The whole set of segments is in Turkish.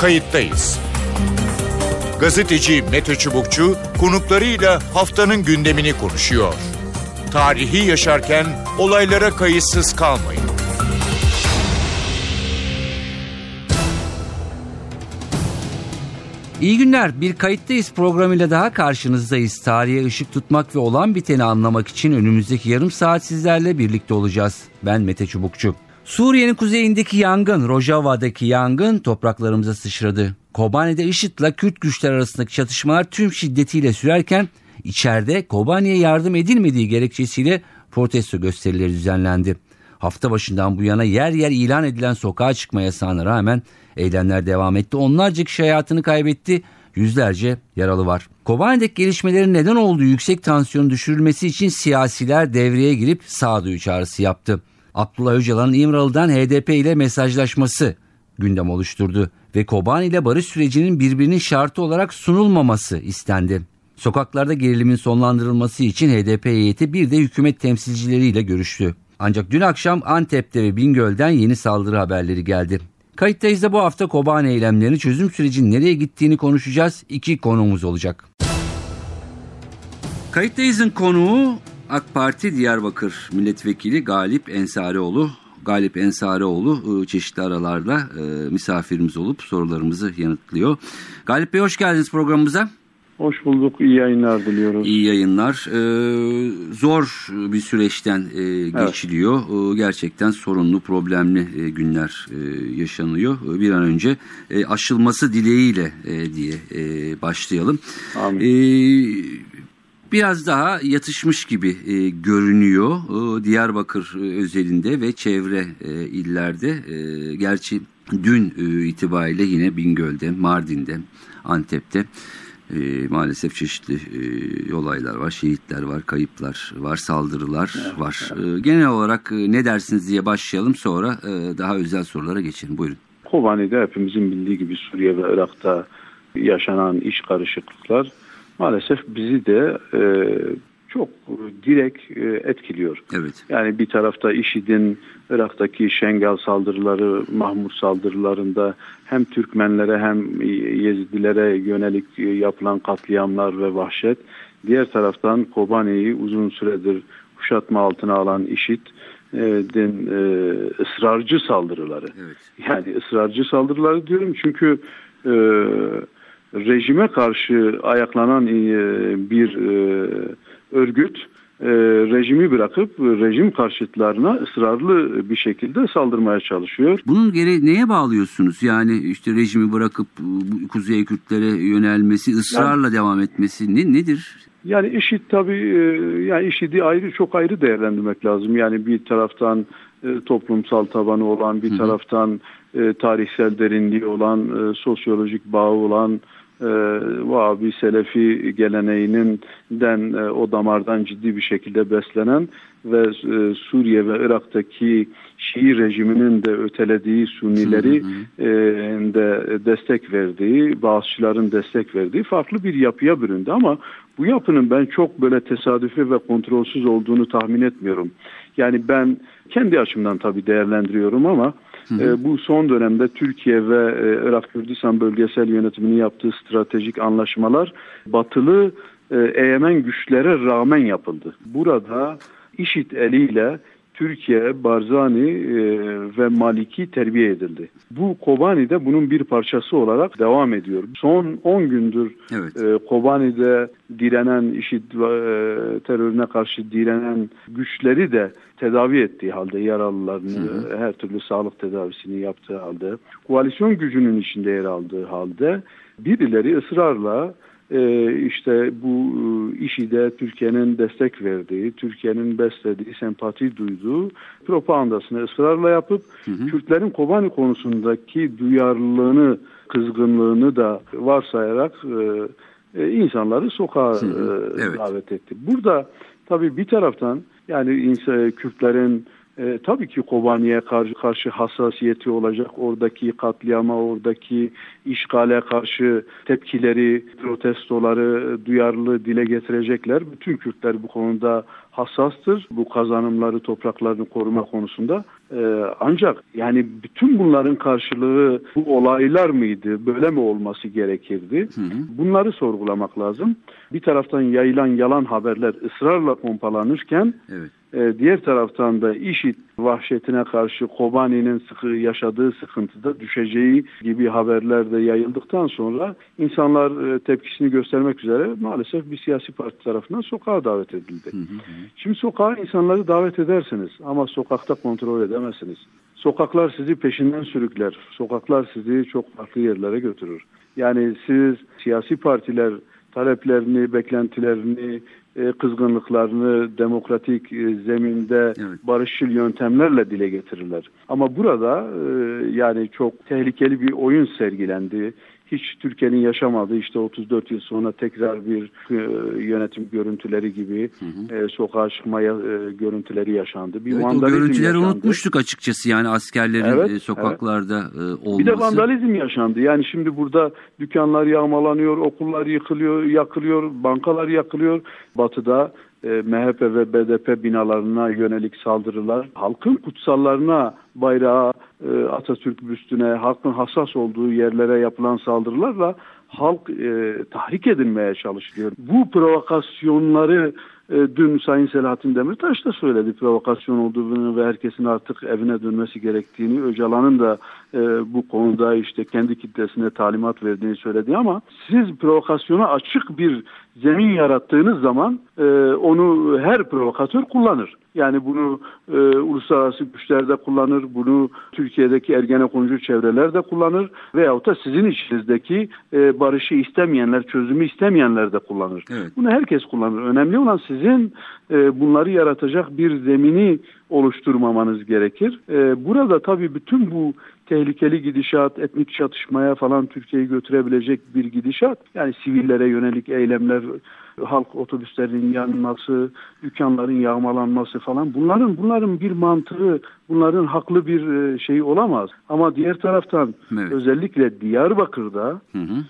Kayıttayız. Gazeteci Mete Çubukçu konuklarıyla haftanın gündemini konuşuyor. Tarihi yaşarken olaylara kayıtsız kalmayın. İyi günler. Bir Kayıttayız programıyla daha karşınızdayız. Tarihe ışık tutmak ve olan biteni anlamak için önümüzdeki yarım saat sizlerle birlikte olacağız. Ben Mete Çubukçu. Suriye'nin kuzeyindeki yangın, Rojava'daki yangın topraklarımıza sıçradı. Kobani'de IŞİD'le Kürt güçler arasındaki çatışmalar tüm şiddetiyle sürerken içeride Kobani'ye yardım edilmediği gerekçesiyle protesto gösterileri düzenlendi. Hafta başından bu yana yer yer ilan edilen sokağa çıkma yasağına rağmen eylemler devam etti. Onlarca kişi hayatını kaybetti, yüzlerce yaralı var. Kobani'deki gelişmelerin neden olduğu yüksek tansiyonun düşürülmesi için siyasiler devreye girip sağduyu çağrısı yaptı. Abdullah Öcalan'ın İmralı'dan HDP ile mesajlaşması gündem oluşturdu ve Kobani ile barış sürecinin birbirinin şartı olarak sunulmaması istendi. Sokaklarda gerilimin sonlandırılması için HDP heyeti bir de hükümet temsilcileriyle görüştü. Ancak dün akşam Antep'te ve Bingöl'den yeni saldırı haberleri geldi. Kayıttayız da bu hafta Kobani eylemlerini, çözüm sürecinin nereye gittiğini konuşacağız. 2 konuğumuz olacak. Kayıttayız'ın konuğu AK Parti Diyarbakır Milletvekili Galip Ensarioğlu. Galip Ensarioğlu çeşitli aralarla misafirimiz olup sorularımızı yanıtlıyor. Galip Bey, hoş geldiniz programımıza. Hoş bulduk. İyi yayınlar diliyoruz. İyi yayınlar. Zor bir süreçten geçiliyor. Evet. Gerçekten sorunlu, problemli günler yaşanıyor. Bir an önce aşılması dileğiyle diye başlayalım. Amin. Biraz daha yatışmış gibi görünüyor Diyarbakır özelinde ve çevre illerde. Gerçi dün itibariyle yine Bingöl'de, Mardin'de, Antep'te maalesef çeşitli olaylar var, şehitler var, kayıplar var, saldırılar var. Genel olarak ne dersiniz diye başlayalım, sonra daha özel sorulara geçelim. Buyurun. Kobani'de hepimizin bildiği gibi Suriye ve Irak'ta yaşanan iç karışıklıklar maalesef bizi de çok direkt etkiliyor. Evet. Yani bir tarafta IŞİD'in Irak'taki Şengal saldırıları, Mahmur saldırılarında hem Türkmenlere hem Yezidilere yönelik yapılan katliamlar ve vahşet. Diğer taraftan Kobani'yi uzun süredir kuşatma altına alan IŞİD'in ısrarcı saldırıları. Evet. Yani ısrarcı saldırıları diyorum çünkü rejime karşı ayaklanan bir örgüt rejimi bırakıp rejim karşıtlarına ısrarlı bir şekilde saldırmaya çalışıyor. Bunun neye bağlıyorsunuz? Yani işte rejimi bırakıp Kuzey Kürtlere yönelmesi, ısrarla devam etmesi nedir? Yani IŞİD tabii, yani IŞİD'i çok ayrı değerlendirmek lazım. Yani bir taraftan toplumsal tabanı olan, bir taraftan tarihsel derinliği olan, sosyolojik bağı olan, Vahabi Selefi geleneğinden o damardan ciddi bir şekilde beslenen ve Suriye ve Irak'taki Şii rejiminin de ötelediği Sunnileri de destek verdiği, Bağızçıların destek verdiği farklı bir yapıya büründü ama bu yapının ben çok böyle tesadüfi ve kontrolsüz olduğunu tahmin etmiyorum. Yani ben kendi açımdan tabii değerlendiriyorum ama bu son dönemde Türkiye ve Irak Kürdistan bölgesel yönetiminin yaptığı stratejik anlaşmalar batılı egemen güçlere rağmen yapıldı. Burada IŞİD eliyle Türkiye, Barzani ve Maliki terbiye edildi. Bu Kobani'de bunun bir parçası olarak devam ediyor. Son 10 gündür Kobani'de direnen, IŞİD terörüne karşı direnen güçleri de tedavi ettiği halde, yaralılarını, her türlü sağlık tedavisini yaptığı halde, koalisyon gücünün içinde yer aldığı halde birileri ısrarla işte bu IŞİD'e Türkiye'nin destek verdiği, Türkiye'nin beslediği, sempati duyduğu propagandasını ısrarla yapıp Kürtlerin Kobani konusundaki duyarlılığını, kızgınlığını da varsayarak insanları sokağa davet etti. Burada tabii bir taraftan yani Kürtlerin tabii ki Kobani'ye karşı hassasiyeti olacak. Oradaki katliama, oradaki işgale karşı tepkileri, protestoları duyarlı dile getirecekler. Bütün Kürtler bu konuda hassastır. Bu kazanımları, topraklarını koruma konusunda. Ancak yani bütün bunların karşılığı bu olaylar mıydı? Böyle mi olması gerekirdi? Bunları sorgulamak lazım. Bir taraftan yayılan yalan haberler ısrarla pompalanırken diğer taraftan da IŞİD vahşetine karşı Kobani'nin yaşadığı sıkıntıda düşeceği gibi haberler de yayıldıktan sonra insanlar tepkisini göstermek üzere maalesef bir siyasi parti tarafından sokağa davet edildi. Şimdi sokağa insanları davet edersiniz ama sokakta kontrol edemezsiniz. Sokaklar sizi peşinden sürükler. Sokaklar sizi çok farklı yerlere götürür. Yani siz siyasi partiler taleplerini, beklentilerini, kızgınlıklarını demokratik zeminde barışçıl yöntemlerle dile getirirler. Ama burada yani çok tehlikeli bir oyun sergilendi. Hiç Türkiye'nin yaşamadığı işte 34 yıl sonra tekrar bir yönetim görüntüleri gibi sokağa çıkma görüntüleri yaşandı. Bir o görüntüleri unutmuştuk açıkçası yani askerlerin sokaklarda olması. Bir de vandalizm yaşandı. Yani şimdi burada dükkanlar yağmalanıyor, okullar yıkılıyor, yakılıyor, bankalar yakılıyor. Batı'da MHP ve BDP binalarına yönelik saldırılar, halkın kutsallarına, bayrağa, Atatürk büstüne, halkın hassas olduğu yerlere yapılan saldırılarla halk tahrik edilmeye çalışılıyor. Bu provokasyonları dün Sayın Selahattin Demirtaş da söyledi, provokasyon olduğunu ve herkesin artık evine dönmesi gerektiğini. Öcalan'ın da bu konuda işte kendi kitlesine talimat verdiğini söyledi ama siz provokasyona açık bir zemin yarattığınız zaman onu her provokatör kullanır. Yani bunu uluslararası güçler de kullanır, bunu Türkiye'deki Ergenekoncu çevreler de kullanır veyahut da sizin içinizdeki barışı istemeyenler, çözümü istemeyenler de kullanır. Bunu herkes kullanır. Önemli olan sizin bunları yaratacak bir zemini oluşturmamanız gerekir. Burada tabii bütün bu tehlikeli gidişat, etnik çatışmaya falan Türkiye'yi götürebilecek bir gidişat. Yani sivillere yönelik eylemler, halk otobüslerinin yanması, dükkanların yağmalanması falan bunların bir mantığı, bunların haklı bir şeyi olamaz. Ama diğer taraftan özellikle Diyarbakır'da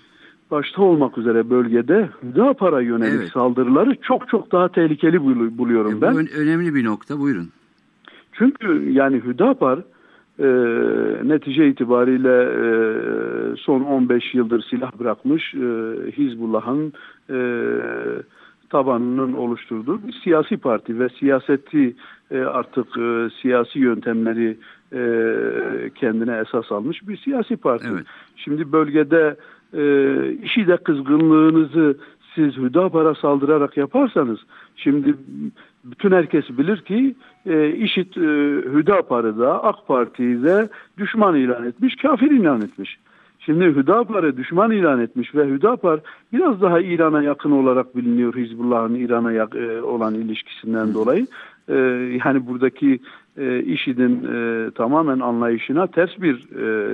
başta olmak üzere bölgede Hüdapar'a yönelik saldırıları çok çok daha tehlikeli buluyorum ben. Bu önemli bir nokta, buyurun. Çünkü yani Hüdapar netice itibariyle son 15 yıldır silah bırakmış Hizbullah'ın tabanının oluşturduğu bir siyasi parti ve siyaseti artık siyasi yöntemleri kendine esas almış bir siyasi parti. Şimdi bölgede IŞİD'e kızgınlığınızı siz Hüdapar'a saldırarak yaparsanız şimdi bütün herkes bilir ki IŞİD Hüdapar'ı da AK Parti'yi de düşman ilan etmiş, kafir ilan etmiş. Şimdi Hüdapar'ı düşman ilan etmiş ve Hüdapar biraz daha İran'a yakın olarak biliniyor Hizbullah'ın İran'a olan ilişkisinden dolayı. Yani buradaki IŞİD'in tamamen anlayışına ters bir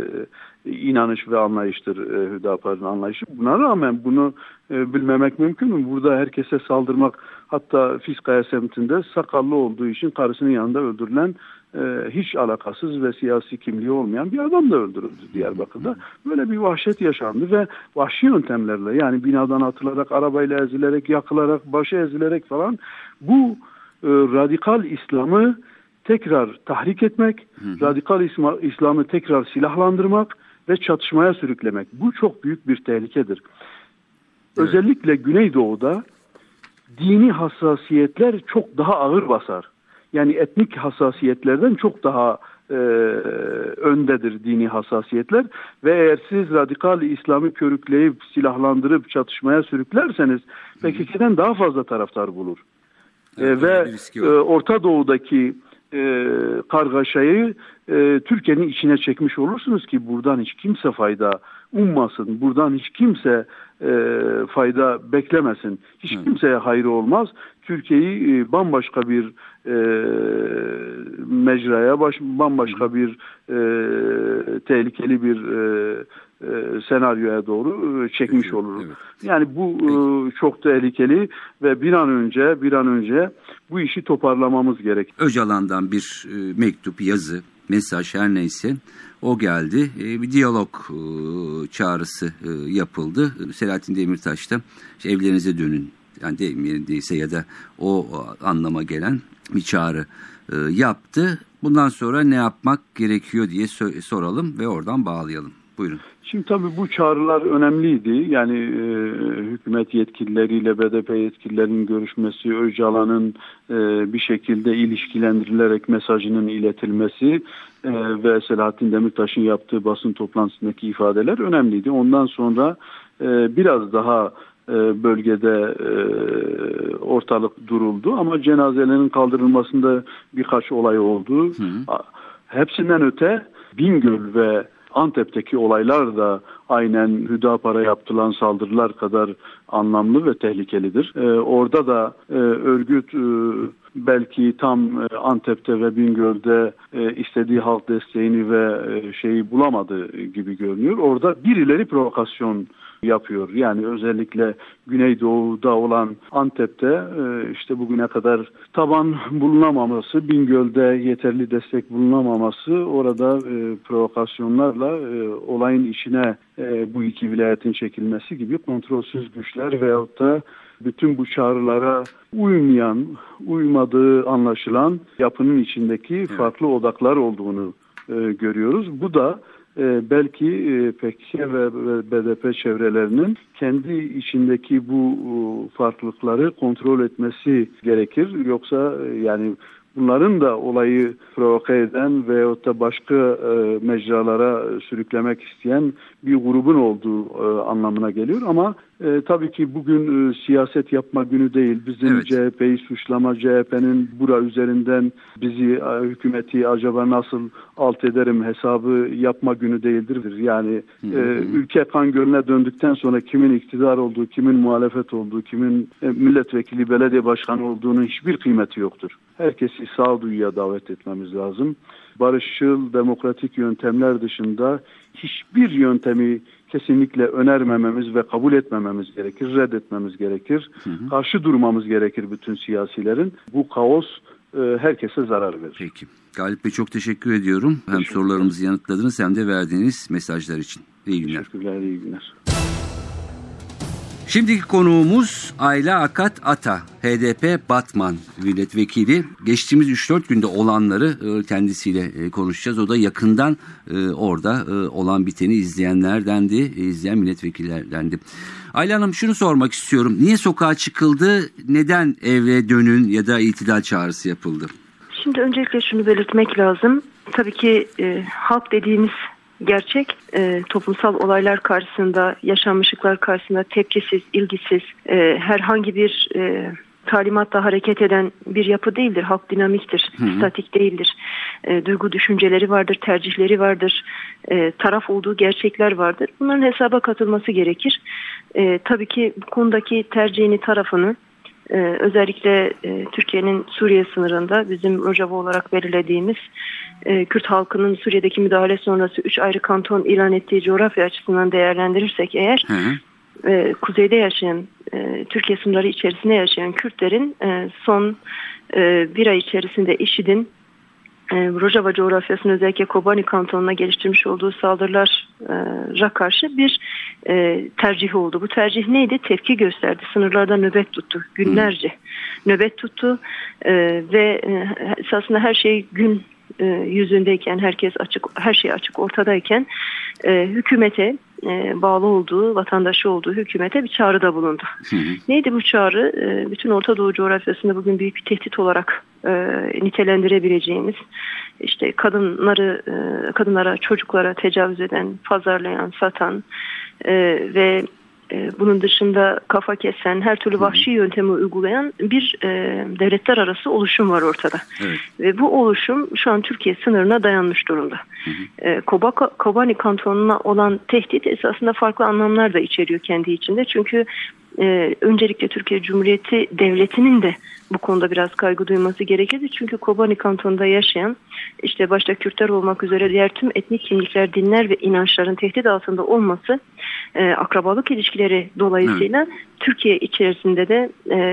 inanış ve anlayıştır Hüdapar'ın anlayışı. Buna rağmen bunu bilmemek mümkün mü? Burada herkese saldırmak, hatta Fiskaya semtinde sakallı olduğu için karısının yanında öldürülen hiç alakasız ve siyasi kimliği olmayan bir adam da öldürüldü Diyarbakır'da. Böyle bir vahşet yaşandı ve vahşi yöntemlerle, yani binadan atılarak, arabayla ezilerek, yakılarak, başı ezilerek falan bu radikal İslam'ı tekrar tahrik etmek, radikal İslam'ı tekrar silahlandırmak ve çatışmaya sürüklemek. Bu çok büyük bir tehlikedir. Özellikle Güneydoğu'da dini hassasiyetler çok daha ağır basar. Yani etnik hassasiyetlerden çok daha öndedir dini hassasiyetler ve eğer siz radikal İslam'ı körükleyip silahlandırıp çatışmaya sürüklerseniz PKK'den daha fazla taraftar bulur. Ve Orta Doğu'daki kargaşayı Türkiye'nin içine çekmiş olursunuz ki buradan hiç kimse fayda ummasın, buradan hiç kimse fayda beklemesin, hiç kimseye hayrı olmaz. Türkiye'yi bambaşka bir mecraya, bambaşka bir tehlikeli bir senaryoya doğru çekmiş olurum. Yani bu çok tehlikeli ve bir an önce bu işi toparlamamız gerek. Öcalan'dan bir mektup, yazı, mesaj her neyse o geldi. Bir diyalog çağrısı yapıldı. Selahattin Demirtaş da işte evlerinize dönün, yani deyim yerindeyse ya da o anlama gelen bir çağrı yaptı. Bundan sonra ne yapmak gerekiyor diye soralım ve oradan bağlayalım. Buyurun. Şimdi tabii bu çağrılar önemliydi. Yani hükümet yetkilileriyle BDP yetkililerinin görüşmesi, Öcalan'ın bir şekilde ilişkilendirilerek mesajının iletilmesi ve Selahattin Demirtaş'ın yaptığı basın toplantısındaki ifadeler önemliydi. Ondan sonra biraz daha bölgede ortalık duruldu ama cenazelerin kaldırılmasında birkaç olay oldu. Hepsinden öte Bingöl ve Antep'teki olaylar da aynen Hüdapar'a yapılan saldırılar kadar anlamlı ve tehlikelidir. Orada da örgüt belki tam Antep'te ve Bingöl'de istediği halk desteğini ve şeyi bulamadı gibi görünüyor. Orada birileri provokasyon yapıyor. Yani özellikle Güneydoğu'da olan Antep'te işte bugüne kadar taban bulunamaması, Bingöl'de yeterli destek bulunamaması orada provokasyonlarla olayın içine bu iki vilayetin çekilmesi gibi kontrolsüz güçler veyahut da bütün bu çağrılara uymadığı anlaşılan yapının içindeki farklı odaklar olduğunu görüyoruz. Bu da belki PKK ve BDP çevrelerinin kendi içindeki bu farklılıkları kontrol etmesi gerekir. Yoksa yani bunların da olayı provoke eden veyahut da başka mecralara sürüklemek isteyen bir grubun olduğu anlamına geliyor. Ama tabii ki bugün siyaset yapma günü değil. Bizim CHP'yi suçlama, CHP'nin bura üzerinden bizi, hükümeti acaba nasıl alt ederim hesabı yapma günü değildir. Yani ülke kan gölüne döndükten sonra kimin iktidar olduğu, kimin muhalefet olduğu, kimin milletvekili, belediye başkanı olduğunun hiçbir kıymeti yoktur. Herkesi sağduyuya davet etmemiz lazım. Barışçıl, demokratik yöntemler dışında hiçbir yöntemi kesinlikle önermememiz ve kabul etmememiz gerekir, reddetmemiz gerekir. Karşı durmamız gerekir bütün siyasilerin. Bu kaos herkese zarar verir. Peki. Galip Bey çok teşekkür ediyorum. Hem sorularımızı yanıtladınız hem de verdiğiniz mesajlar için. İyi günler. Teşekkürler, iyi günler. Şimdiki konuğumuz Ayla Akat Ata, HDP Batman milletvekili. Geçtiğimiz 3-4 günde olanları kendisiyle konuşacağız. O da yakından orada olan biteni izleyenlerdendi, izleyen milletvekillerdendi. Ayla Hanım, şunu sormak istiyorum. Niye sokağa çıkıldı? Neden eve dönün ya da itidal çağrısı yapıldı? Şimdi öncelikle şunu belirtmek lazım. Tabii ki halk dediğimiz gerçek toplumsal olaylar karşısında, yaşanmışlıklar karşısında tepkisiz, ilgisiz, herhangi bir talimatla hareket eden bir yapı değildir. Halk dinamiktir, statik değildir. Duygu düşünceleri vardır, tercihleri vardır, taraf olduğu gerçekler vardır. Bunların hesaba katılması gerekir. Tabii ki bu konudaki tercihini, tarafını özellikle Türkiye'nin Suriye sınırında bizim Rojava olarak belirlediğimiz Kürt halkının Suriye'deki müdahale sonrası 3 ayrı kanton ilan ettiği coğrafya açısından değerlendirirsek eğer kuzeyde yaşayan, Türkiye sınırları içerisinde yaşayan Kürtlerin son bir ay içerisinde IŞİD'in Rojava coğrafyasının özellikle Kobani kantonuna geliştirmiş olduğu saldırılara karşı bir tercih oldu. Bu tercih neydi? Tepki gösterdi. Sınırlarda nöbet tuttu. Günlerce nöbet tuttu ve esasında her şey gün yüzündeyken, her şey açık ortadayken hükümete bağlı olduğu, vatandaşı olduğu hükümete bir çağrıda bulundu. Neydi bu çağrı? Bütün Orta Doğu coğrafyasında bugün büyük bir tehdit olarak nitelendirebileceğimiz, işte kadınlara, çocuklara tecavüz eden, pazarlayan, satan ve bunun dışında kafa kesen, her türlü vahşi yöntemi uygulayan bir devletler arası oluşum var ortada. Evet. Ve bu oluşum şu an Türkiye sınırına dayanmış durumda. Kobani kantonuna olan tehdit esasında farklı anlamlar da içeriyor kendi içinde. Çünkü öncelikle Türkiye Cumhuriyeti Devleti'nin de bu konuda biraz kaygı duyması gerekirdi. Çünkü Kobani kantonunda yaşayan, işte başta Kürtler olmak üzere diğer tüm etnik kimlikler, dinler ve inançların tehdit altında olması akrabalık ilişkileri dolayısıyla Türkiye içerisinde de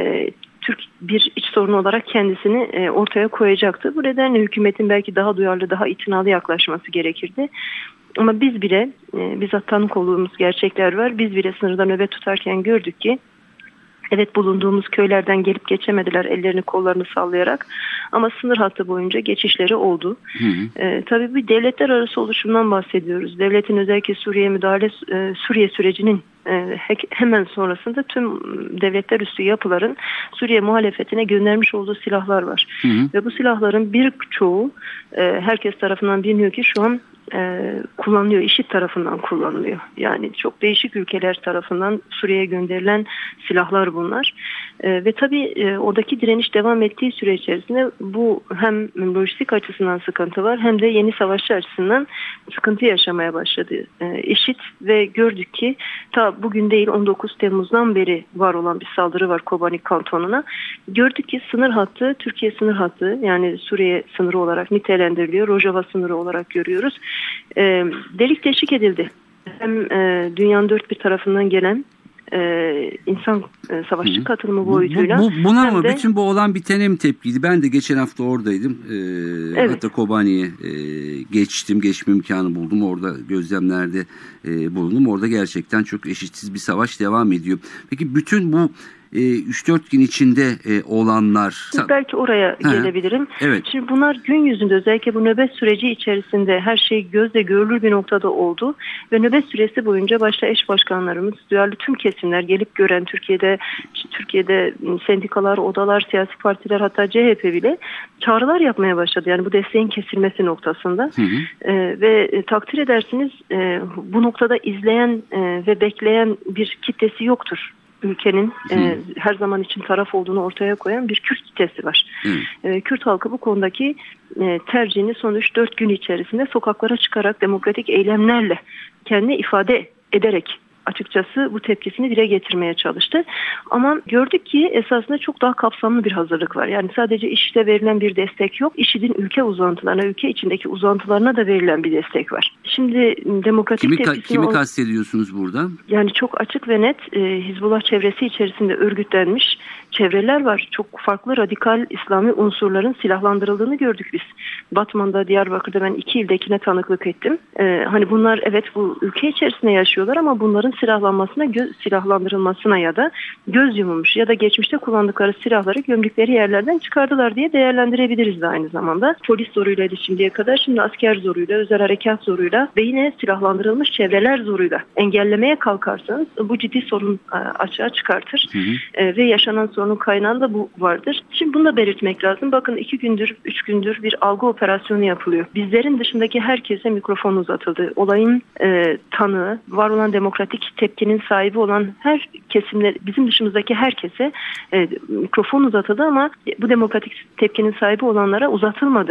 bir iç sorun olarak kendisini ortaya koyacaktı. Bu nedenle hükümetin belki daha duyarlı, daha itinalı yaklaşması gerekirdi. Ama biz bile, bizzat tanık olduğumuz gerçekler var. Biz bile sınırda nöbet tutarken gördük ki Evet, bulunduğumuz köylerden gelip geçemediler ellerini kollarını sallayarak ama sınır hattı boyunca geçişleri oldu. Tabii bir devletler arası oluşumdan bahsediyoruz. Devletin özellikle Suriye müdahale, Suriye sürecinin hemen sonrasında tüm devletler üstü yapıların Suriye muhalefetine göndermiş olduğu silahlar var. Ve bu silahların birçoğu herkes tarafından biliniyor ki şu an kullanılıyor. IŞİD tarafından kullanılıyor. Yani çok değişik ülkeler tarafından Suriye'ye gönderilen silahlar bunlar. Ve tabii oradaki direniş devam ettiği süre içerisinde bu hem lojistik açısından sıkıntı var hem de yeni savaşçı açısından sıkıntı yaşamaya başladı IŞİD ve gördük ki ta bugün değil 19 Temmuz'dan beri var olan bir saldırı var Kobani kantonuna. Gördük ki sınır hattı Türkiye sınır hattı yani Suriye sınırı olarak nitelendiriliyor. Rojava sınırı olarak görüyoruz. Delik deşik edildi. Hem dünyanın dört bir tarafından gelen insan savaşçı katılımı boyutuyla. Buna mı? Bütün bu olan bitene mi tepkiydi? Ben de geçen hafta oradaydım. Evet. Hatta Kobani'ye geçme imkanı buldum. Orada gözlemlerde bulundum. Orada gerçekten çok eşitsiz bir savaş devam ediyor. Peki bütün bu 3-4 gün içinde olanlar... Belki oraya gelebilirim. Evet. Şimdi bunlar gün yüzünde özellikle bu nöbet süreci içerisinde her şey gözle görülür bir noktada oldu. Ve nöbet süresi boyunca başta eş başkanlarımız, duyarlı tüm kesimler gelip gören Türkiye'de sendikalar, odalar, siyasi partiler hatta CHP bile çağrılar yapmaya başladı. Yani bu desteğin kesilmesi noktasında. Ve takdir edersiniz bu noktada izleyen ve bekleyen bir kitlesi yoktur. Ülkenin her zaman için taraf olduğunu ortaya koyan bir Kürt kitlesi var. Kürt halkı bu konudaki tercihini son 3-4 gün içerisinde sokaklara çıkarak demokratik eylemlerle kendini ifade ederek açıkçası bu tepkisini dile getirmeye çalıştı. Ama gördük ki esasında çok daha kapsamlı bir hazırlık var. Yani sadece IŞİD'e verilen bir destek yok. IŞİD'in ülke uzantılarına, ülke içindeki uzantılarına da verilen bir destek var. Şimdi demokratik kimi kastediyorsunuz burada? Yani çok açık ve net Hizbullah çevresi içerisinde örgütlenmiş çevreler var. Çok farklı radikal İslami unsurların silahlandırıldığını gördük biz. Batman'da, Diyarbakır'da ben 2 ildekine tanıklık ettim. Hani bunlar evet bu ülke içerisinde yaşıyorlar ama bunların silahlandırılmasına ya da göz yumulmuş ya da geçmişte kullandıkları silahları gömdükleri yerlerden çıkardılar diye değerlendirebiliriz de aynı zamanda. Polis zoruylaydı şimdiye kadar. Şimdi asker zoruyla, özel harekat zoruyla ve yine silahlandırılmış çevreler zoruyla engellemeye kalkarsanız bu ciddi sorun açığa çıkartır. Ve yaşanan sorunun kaynağında bu vardır. Şimdi bunu da belirtmek lazım. Bakın 2 gündür, 3 gündür bir algı operasyonu yapılıyor. Bizlerin dışındaki herkese mikrofon uzatıldı. Olayın tanığı, var olan demokratik tepkinin sahibi olan her kesimler, bizim dışımızdaki herkese mikrofon uzatıldı ama bu demokratik tepkinin sahibi olanlara uzatılmadı.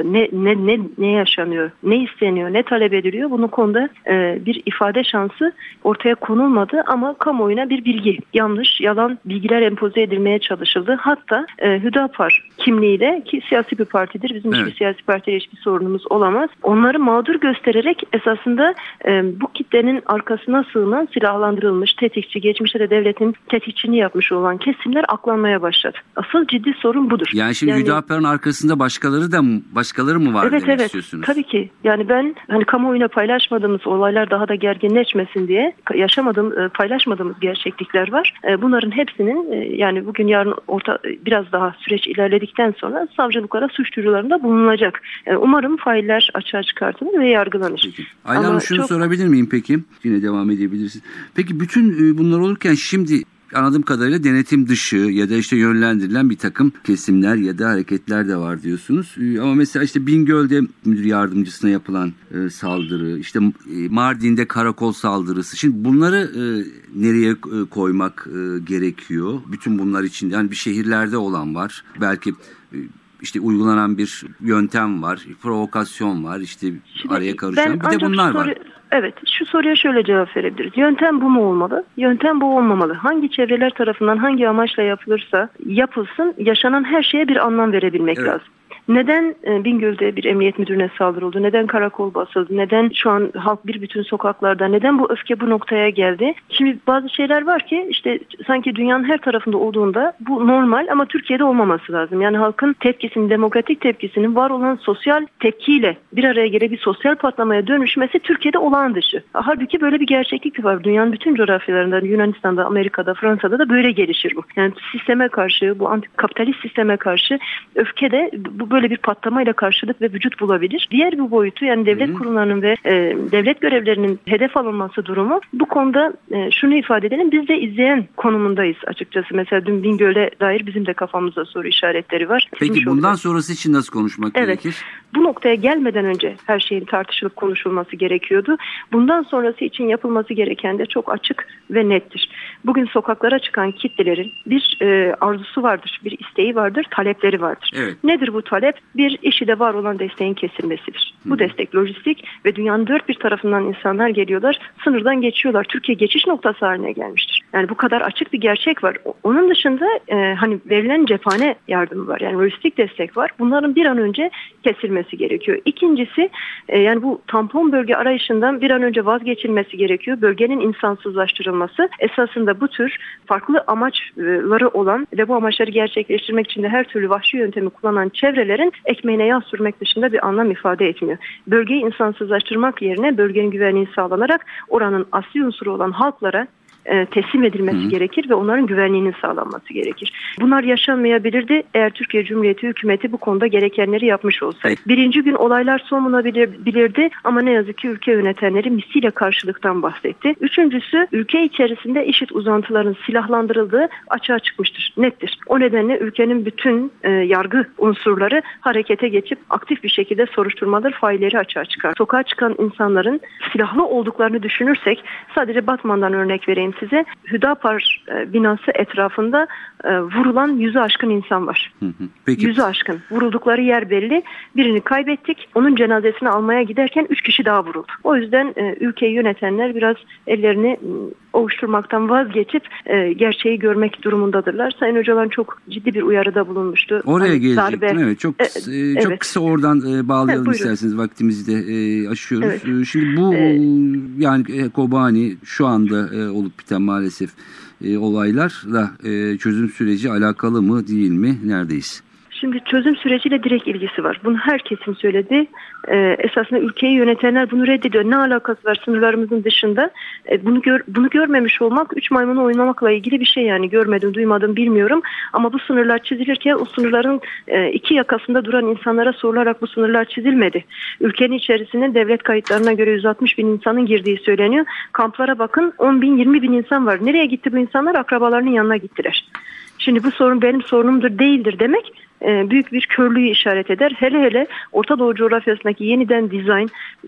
Ne yaşanıyor, ne isteniyor, ne talep ediliyor? Bunun konuda bir ifade şansı ortaya konulmadı ama kamuoyuna bir bilgi, yanlış, yalan bilgiler empoze edilmeye çalışıldı. Hatta Hüdapar kimliğiyle ki siyasi bir partidir. Bizim hiçbir siyasi partiyle hiçbir sorunumuz olamaz. Onları mağdur göstererek esasında bu kitlenin arkasına sığınan silahlandırılmış, tetikçi, geçmişte de devletin tetikçini yapmış olan kesimler aklanmaya başladı. Asıl ciddi sorun budur. Yani şimdi Hüdapar'ın arkasında başkaları mı var demek istiyorsunuz? Tabii ki. Yani ben kamuoyuna paylaşmadığımız olaylar daha da gerginleşmesin diye paylaşmadığımız gerçeklikler var. Bunların hepsinin yani bugün yarın biraz daha süreç ilerledikten sonra savcılıklara suç duyurularında bulunulacak. Umarım failler açığa çıkartılır ve yargılanır. Peki. Ayla Hanım şunu sorabilir miyim peki? Yine devam edebilirsiniz. Peki bütün bunlar olurken şimdi anladığım kadarıyla denetim dışı ya da işte yönlendirilen bir takım kesimler ya da hareketler de var diyorsunuz. Ama mesela işte Bingöl'de müdür yardımcısına yapılan saldırı, işte Mardin'de karakol saldırısı. Şimdi bunları nereye koymak gerekiyor? Bütün bunlar için yani bir şehirlerde olan var. Belki işte uygulanan bir yöntem var, provokasyon var, işte araya karışan bir de bunlar var. Evet, şu soruya şöyle cevap verebiliriz. Yöntem bu mu olmalı? Yöntem bu olmamalı. Hangi çevreler tarafından hangi amaçla yapılırsa yapılsın, yaşanan her şeye bir anlam verebilmek lazım. Neden Bingöl'de bir emniyet müdürüne saldırı oldu? Neden karakol basıldı? Neden şu an halk bir bütün sokaklarda? Neden bu öfke bu noktaya geldi? Şimdi bazı şeyler var ki işte sanki dünyanın her tarafında olduğunda bu normal ama Türkiye'de olmaması lazım. Yani halkın tepkisinin, demokratik tepkisinin var olan sosyal tepkiyle bir araya gelip bir sosyal patlamaya dönüşmesi Türkiye'de olağan dışı. Halbuki böyle bir gerçeklik var. Dünyanın bütün coğrafyalarında, Yunanistan'da, Amerika'da, Fransa'da da böyle gelişir bu. Yani sisteme karşı, bu antikapitalist sisteme karşı öfke de bu böyle bir patlamayla karşılık ve vücut bulabilir. Diğer bir boyutu yani devlet kurumlarının ve devlet görevlerinin hedef alınması durumu bu konuda şunu ifade edelim. Biz de izleyen konumundayız açıkçası. Mesela dün Bingöl'e dair bizim de kafamızda soru işaretleri var. Peki bundan sonrası için nasıl konuşmak gerekir? Bu noktaya gelmeden önce her şeyin tartışılıp konuşulması gerekiyordu. Bundan sonrası için yapılması gereken de çok açık ve nettir. Bugün sokaklara çıkan kitlelerin bir arzusu vardır, bir isteği vardır, talepleri vardır. Evet. Nedir bu talep? Bir, IŞİD'e var olan desteğin kesilmesidir. Bu destek lojistik ve dünyanın dört bir tarafından insanlar geliyorlar, sınırdan geçiyorlar. Türkiye geçiş noktası haline gelmiştir. Yani bu kadar açık bir gerçek var. Onun dışında hani verilen cephane yardımı var. Yani lojistik destek var. Bunların bir an önce kesilmesi gerekiyor. İkincisi yani bu tampon bölge arayışından bir an önce vazgeçilmesi gerekiyor. Bölgenin insansızlaştırılması esasında bu tür farklı amaçları olan ve bu amaçları gerçekleştirmek için de her türlü vahşi yöntemi kullanan çevrelerin ekmeğine yağ sürmek dışında bir anlam ifade etmiyor. Bölgeyi insansızlaştırmak yerine bölgenin güvenliği sağlanarak oranın asli unsuru olan halklara teslim edilmesi gerekir ve onların güvenliğinin sağlanması gerekir. Bunlar yaşanmayabilirdi eğer Türkiye Cumhuriyeti hükümeti bu konuda gerekenleri yapmış olsaydı. Birinci gün olaylar son bulabilirdi ama ne yazık ki ülke yönetenleri misliyle karşılıktan bahsetti. Üçüncüsü ülke içerisinde IŞİD uzantılarının silahlandırıldığı açığa çıkmıştır, nettir. O nedenle ülkenin bütün yargı unsurları harekete geçip aktif bir şekilde soruşturmalar failleri açığa çıkar. Sokağa çıkan insanların silahlı olduklarını düşünürsek sadece Batman'dan örnek vereyim size. Hüdapar binası etrafında vurulan 100'ü aşkın insan var. Peki. 100'ü aşkın. Vuruldukları yer belli. Birini kaybettik. Onun cenazesini almaya giderken 3 kişi daha vuruldu. O yüzden ülkeyi yönetenler biraz ellerini ovuşturmaktan vazgeçip gerçeği görmek durumundadırlar. Sayın Öcalan çok ciddi bir uyarıda bulunmuştu. Oraya gelecektim. Evet, çok kısa oradan bağlayalım isterseniz. Vaktimizi de aşıyoruz. Evet. Şimdi bu yani Kobani şu anda olup biten maalesef olaylarla çözüm süreci alakalı mı değil mi? Neredeyiz? Şimdi çözüm süreciyle direkt ilgisi var. Bunu herkesin söyledi. Esasında ülkeyi yönetenler bunu reddediyor. Ne alakası var sınırlarımızın dışında? Bunu görmemiş olmak 3 maymunu oynamakla ilgili bir şey yani. Görmedim, duymadım, bilmiyorum. Ama bu sınırlar çizilirken o sınırların iki yakasında duran insanlara sorularak bu sınırlar çizilmedi. Ülkenin içerisinde devlet kayıtlarına göre 160 bin insanın girdiği söyleniyor. Kamplara bakın 10 bin, 20 bin insan var. Nereye gitti bu insanlar? Akrabalarının yanına gittiler. Şimdi bu sorun benim sorunumdur değildir demek büyük bir körlüğü işaret eder. Hele hele Orta Doğu coğrafyasındaki yeniden dizayn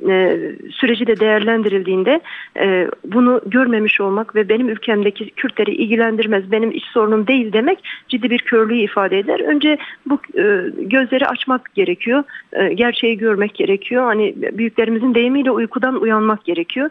süreci de değerlendirildiğinde bunu görmemiş olmak ve benim ülkemdeki Kürtleri ilgilendirmez, benim iç sorunum değil demek ciddi bir körlüğü ifade eder. Önce bu gözleri açmak gerekiyor. Gerçeği görmek gerekiyor. Hani büyüklerimizin deyimiyle uykudan uyanmak gerekiyor.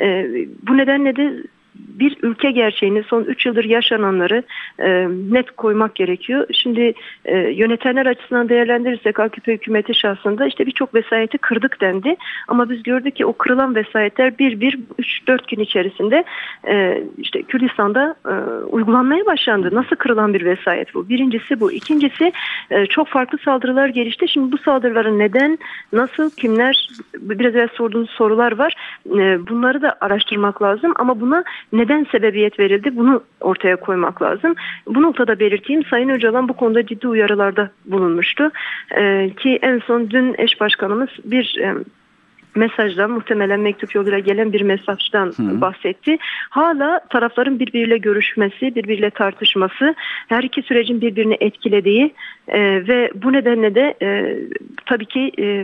Bu nedenle de bir ülke gerçeğini, son 3 yıldır yaşananları net koymak gerekiyor. Şimdi yönetenler açısından değerlendirirsek AKP hükümeti şahsında işte birçok vesayeti kırdık dendi. Ama biz gördük ki o kırılan vesayetler 3-4 gün içerisinde işte Kürdistan'da uygulanmaya başlandı. Nasıl kırılan bir vesayet bu? Birincisi bu. İkincisi çok farklı saldırılar gelişti. Şimdi bu saldırıların neden, nasıl, kimler, biraz evvel sorduğunuz sorular var. Bunları da araştırmak lazım ama buna neden sebebiyet verildi? Bunu ortaya koymak lazım. Bu noktada belirteyim. Sayın Öcalan bu konuda ciddi uyarılarda bulunmuştu. Ki en son dün eş başkanımız bir mesajdan, muhtemelen mektup yoluyla gelen bir mesajdan bahsetti. Hala tarafların birbiriyle görüşmesi, birbiriyle tartışması, her iki sürecin birbirini etkilediği ve bu nedenle de tabii ki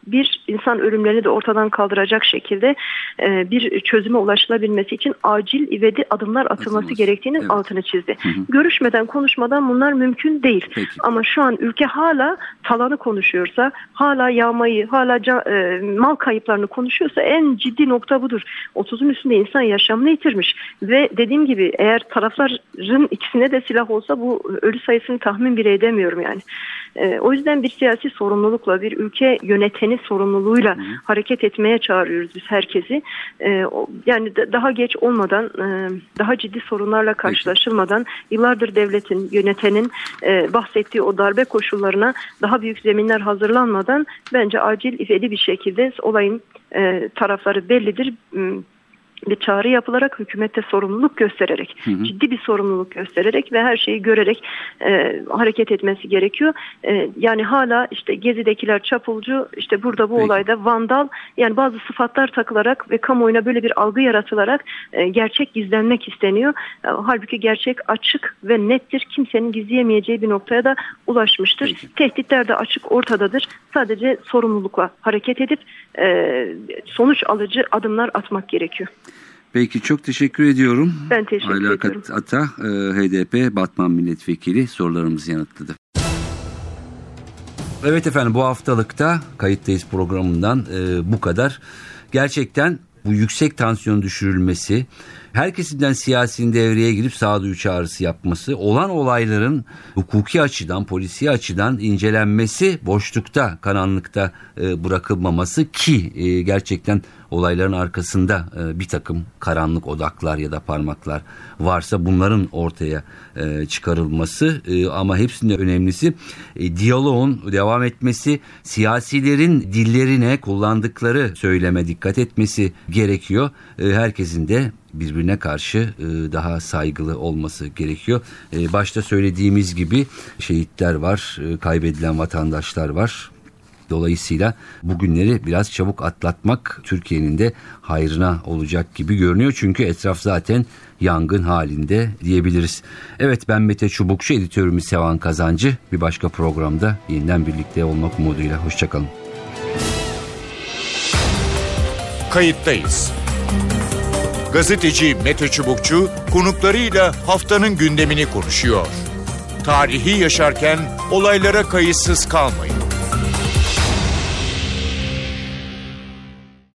bir insan ölümlerini de ortadan kaldıracak şekilde bir çözüme ulaşılabilmesi için acil ivedi adımlar atılması gerektiğinin altını çizdi. Görüşmeden, konuşmadan bunlar mümkün değil. Peki. Ama şu an ülke hala talanı konuşuyorsa, hala yağmayı, hala mal kayıplarını konuşuyorsa en ciddi nokta budur. 30'un üstünde insan yaşamını yitirmiş ve dediğim gibi eğer tarafların ikisine de silah olsa bu ölü sayısını tahmin bile edemiyorum yani. O yüzden bir siyasi sorumlulukla, bir ülke yöneteni sorumluluğuyla hareket etmeye çağırıyoruz biz herkesi. Yani daha geç olmadan, daha ciddi sorunlarla karşılaşılmadan, yıllardır devletin, yönetenin bahsettiği o darbe koşullarına daha büyük zeminler hazırlanmadan bence acil ivedi bir şekilde olayın tarafları bellidir. Bir çağrı yapılarak, hükümete sorumluluk göstererek, ciddi bir sorumluluk göstererek ve her şeyi görerek hareket etmesi gerekiyor. Yani hala işte Gezi'dekiler çapulcu, işte burada bu olayda vandal, yani bazı sıfatlar takılarak ve kamuoyuna böyle bir algı yaratılarak gerçek gizlenmek isteniyor. Halbuki gerçek açık ve nettir. Kimsenin gizleyemeyeceği bir noktaya da ulaşmıştır. Tehditler de açık ortadadır. Sadece sorumlulukla hareket edip sonuç alıcı adımlar atmak gerekiyor. Peki, çok teşekkür ediyorum. Ben teşekkür ediyorum. Ayla Ata, HDP Batman Milletvekili sorularımızı yanıtladı. Evet efendim, bu haftalıkta Kayıttayız programından bu kadar. Gerçekten bu yüksek tansiyon düşürülmesi, herkesinden siyasinin devreye girip sağduyu çağrısı yapması, olan olayların hukuki açıdan, polisi açıdan incelenmesi, boşlukta, karanlıkta bırakılmaması ki gerçekten olayların arkasında bir takım karanlık odaklar ya da parmaklar varsa bunların ortaya çıkarılması, ama hepsinde önemlisi diyaloğun devam etmesi, siyasilerin dillerine, kullandıkları söyleme dikkat etmesi gerekiyor. Herkesin de birbirine karşı daha saygılı olması gerekiyor. Başta söylediğimiz gibi şehitler var, kaybedilen vatandaşlar var. Dolayısıyla bugünleri biraz çabuk atlatmak Türkiye'nin de hayrına olacak gibi görünüyor. Çünkü etraf zaten yangın halinde diyebiliriz. Evet, ben Mete Çubukçu, editörümüz Sevan Kazancı. Bir başka programda yeniden birlikte olmak umuduyla. Hoşçakalın. Kayıttayız. Gazeteci Mete Çubukçu konuklarıyla haftanın gündemini konuşuyor. Tarihi yaşarken olaylara kayıtsız kalmayın.